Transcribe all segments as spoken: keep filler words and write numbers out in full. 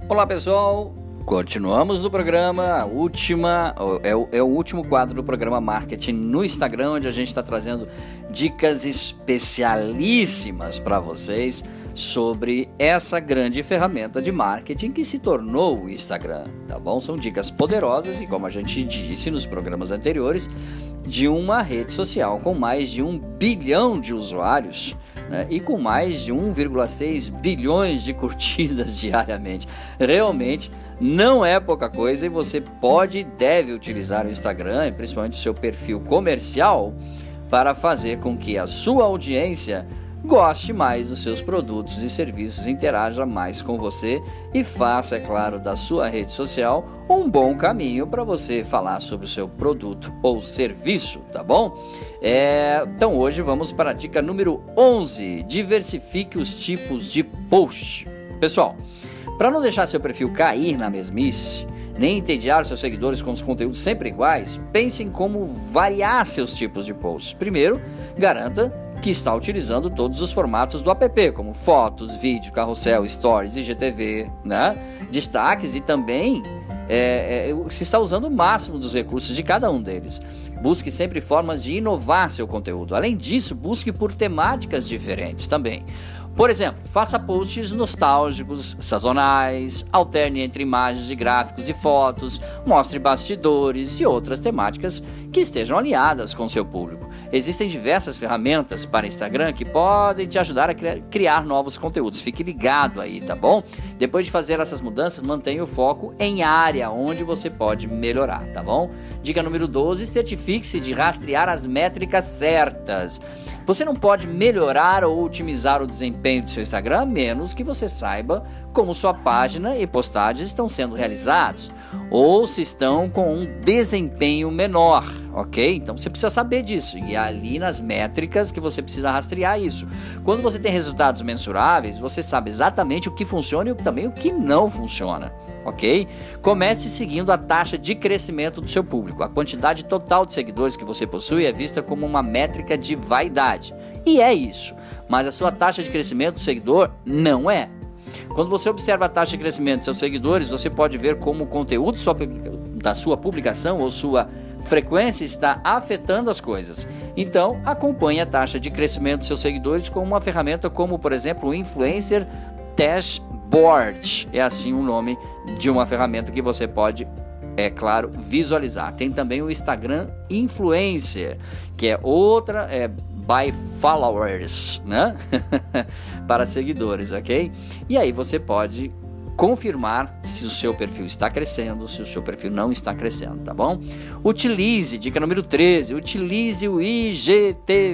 Olá pessoal, continuamos no programa, a última, é o, é o último quadro do programa Marketing no Instagram, onde a gente está trazendo dicas especialíssimas para vocês sobre essa grande ferramenta de marketing que se tornou o Instagram, tá bom? São dicas poderosas e, como a gente disse nos programas anteriores, de uma rede social com mais de um bilhão de usuários, né, e com mais de um vírgula seis bilhões de curtidas diariamente. Realmente não é pouca coisa e você pode e deve utilizar o Instagram, e principalmente o seu perfil comercial, para fazer com que a sua audiência goste mais dos seus produtos e serviços, interaja mais com você e faça, é claro, da sua rede social um bom caminho para você falar sobre o seu produto ou serviço, tá bom? É, então hoje vamos para a dica número onze, diversifique os tipos de post. Pessoal, para não deixar seu perfil cair na mesmice, nem entediar seus seguidores com os conteúdos sempre iguais, pense em como variar seus tipos de posts. Primeiro, garanta que está utilizando todos os formatos do app, como fotos, vídeo, carrossel, stories, I G T V, né? Destaques e também é, é, se está usando o máximo dos recursos de cada um deles. Busque sempre formas de inovar seu conteúdo. Além disso, busque por temáticas diferentes também. Por exemplo, faça posts nostálgicos, sazonais, alterne entre imagens de gráficos e fotos, mostre bastidores e outras temáticas que estejam alinhadas com seu público. Existem diversas ferramentas para Instagram que podem te ajudar a criar novos conteúdos. Fique ligado aí, tá bom? Depois de fazer essas mudanças, mantenha o foco em área onde você pode melhorar, tá bom? Dica número doze, certifique-se de rastrear as métricas certas. Você não pode melhorar ou otimizar o desempenho do seu Instagram a menos que você saiba como sua página e postagens estão sendo realizados ou se estão com um desempenho menor, ok? Então você precisa saber disso e é ali nas métricas que você precisa rastrear isso. Quando você tem resultados mensuráveis, você sabe exatamente o que funciona e também o que não funciona. Ok? Comece seguindo a taxa de crescimento do seu público. A quantidade total de seguidores que você possui é vista como uma métrica de vaidade. E é isso. Mas a sua taxa de crescimento do seguidor não é. Quando você observa a taxa de crescimento de seus seguidores, você pode ver como o conteúdo da sua publicação ou sua frequência está afetando as coisas. Então, acompanhe a taxa de crescimento de seus seguidores com uma ferramenta como, por exemplo, o Influencer Dashboard. É assim o nome de uma ferramenta que você pode, é claro, visualizar. Tem também o Instagram Influencer, que é outra, é by followers, né? Para seguidores, ok? E aí você pode confirmar se o seu perfil está crescendo, se o seu perfil não está crescendo, tá bom? Utilize, dica número treze, utilize o I G T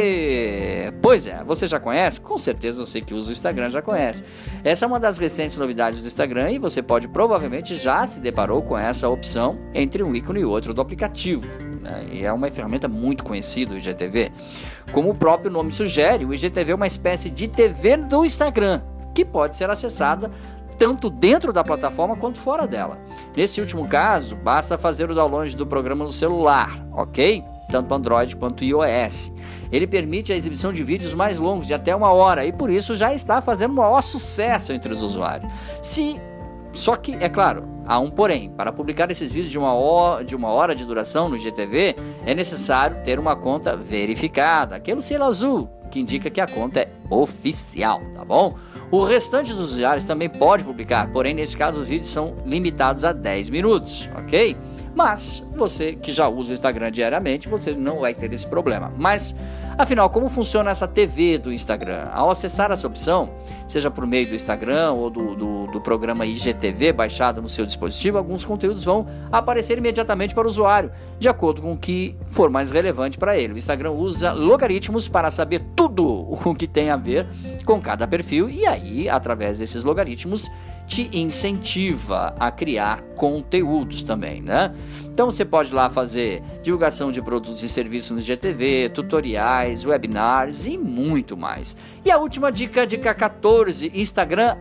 V. Pois é, você já conhece? Com certeza você que usa o Instagram já conhece. Essa é uma das recentes novidades do Instagram e você pode provavelmente já se deparou com essa opção entre um ícone e outro do aplicativo. E é uma ferramenta muito conhecida, o I G T V. Como o próprio nome sugere, o I G T V é uma espécie de T V do Instagram, que pode ser acessada tanto dentro da plataforma quanto fora dela. Nesse último caso, basta fazer o download do programa no celular, ok? Tanto Android quanto iOS. Ele permite a exibição de vídeos mais longos, de até uma hora, e por isso já está fazendo um maior sucesso entre os usuários. Se... Só que, é claro, há um porém. Para publicar esses vídeos de uma, hora, de uma hora de duração no I G T V, é necessário ter uma conta verificada, aquele selo azul, que indica que a conta é oficial, tá bom? O restante dos usuários também pode publicar, porém, nesse caso, os vídeos são limitados a dez minutos, ok? Mas você que já usa o Instagram diariamente, você não vai ter esse problema. Mas, afinal, como funciona essa T V do Instagram? Ao acessar essa opção, seja por meio do Instagram ou do, do, do programa I G T V baixado no seu dispositivo, alguns conteúdos vão aparecer imediatamente para o usuário, de acordo com o que for mais relevante para ele. O Instagram usa logaritmos para saber tudo o que tem a ver com cada perfil e aí, através desses logaritmos, te incentiva a criar conteúdos também, né? Então você pode lá fazer divulgação de produtos e serviços no I G T V, tutoriais, webinars e muito mais. E a última dica, dica quatorze, Instagram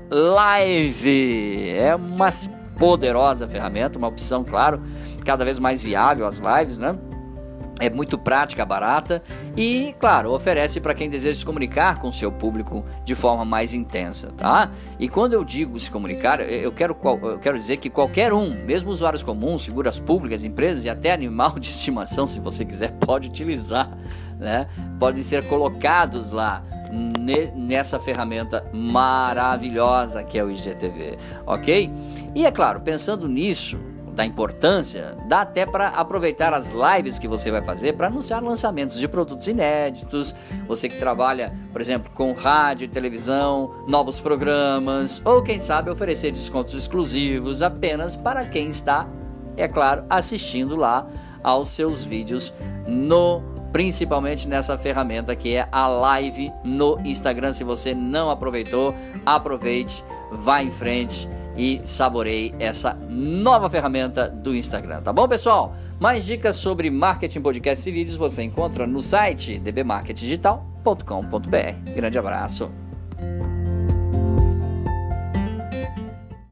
Live. É uma poderosa ferramenta, uma opção, claro, cada vez mais viável as lives, né? É muito prática, barata e, claro, oferece para quem deseja se comunicar com o seu público de forma mais intensa, tá? E quando eu digo se comunicar, eu quero, eu quero dizer que qualquer um, mesmo usuários comuns, figuras públicas, empresas e até animal de estimação, se você quiser, pode utilizar, né? Podem ser colocados lá nessa ferramenta maravilhosa que é o I G T V, ok? E é claro, pensando nisso, da importância, dá até para aproveitar as lives que você vai fazer para anunciar lançamentos de produtos inéditos. Você que trabalha, por exemplo, com rádio e televisão, novos programas, ou quem sabe oferecer descontos exclusivos apenas para quem está, é claro, assistindo lá aos seus vídeos no principalmente nessa ferramenta que é a live no Instagram. Se você não aproveitou, aproveite, vá em frente e saboreie essa nova ferramenta do Instagram, tá bom, pessoal? Mais dicas sobre marketing, podcast e vídeos você encontra no site d b market digital ponto com ponto b r. Grande abraço!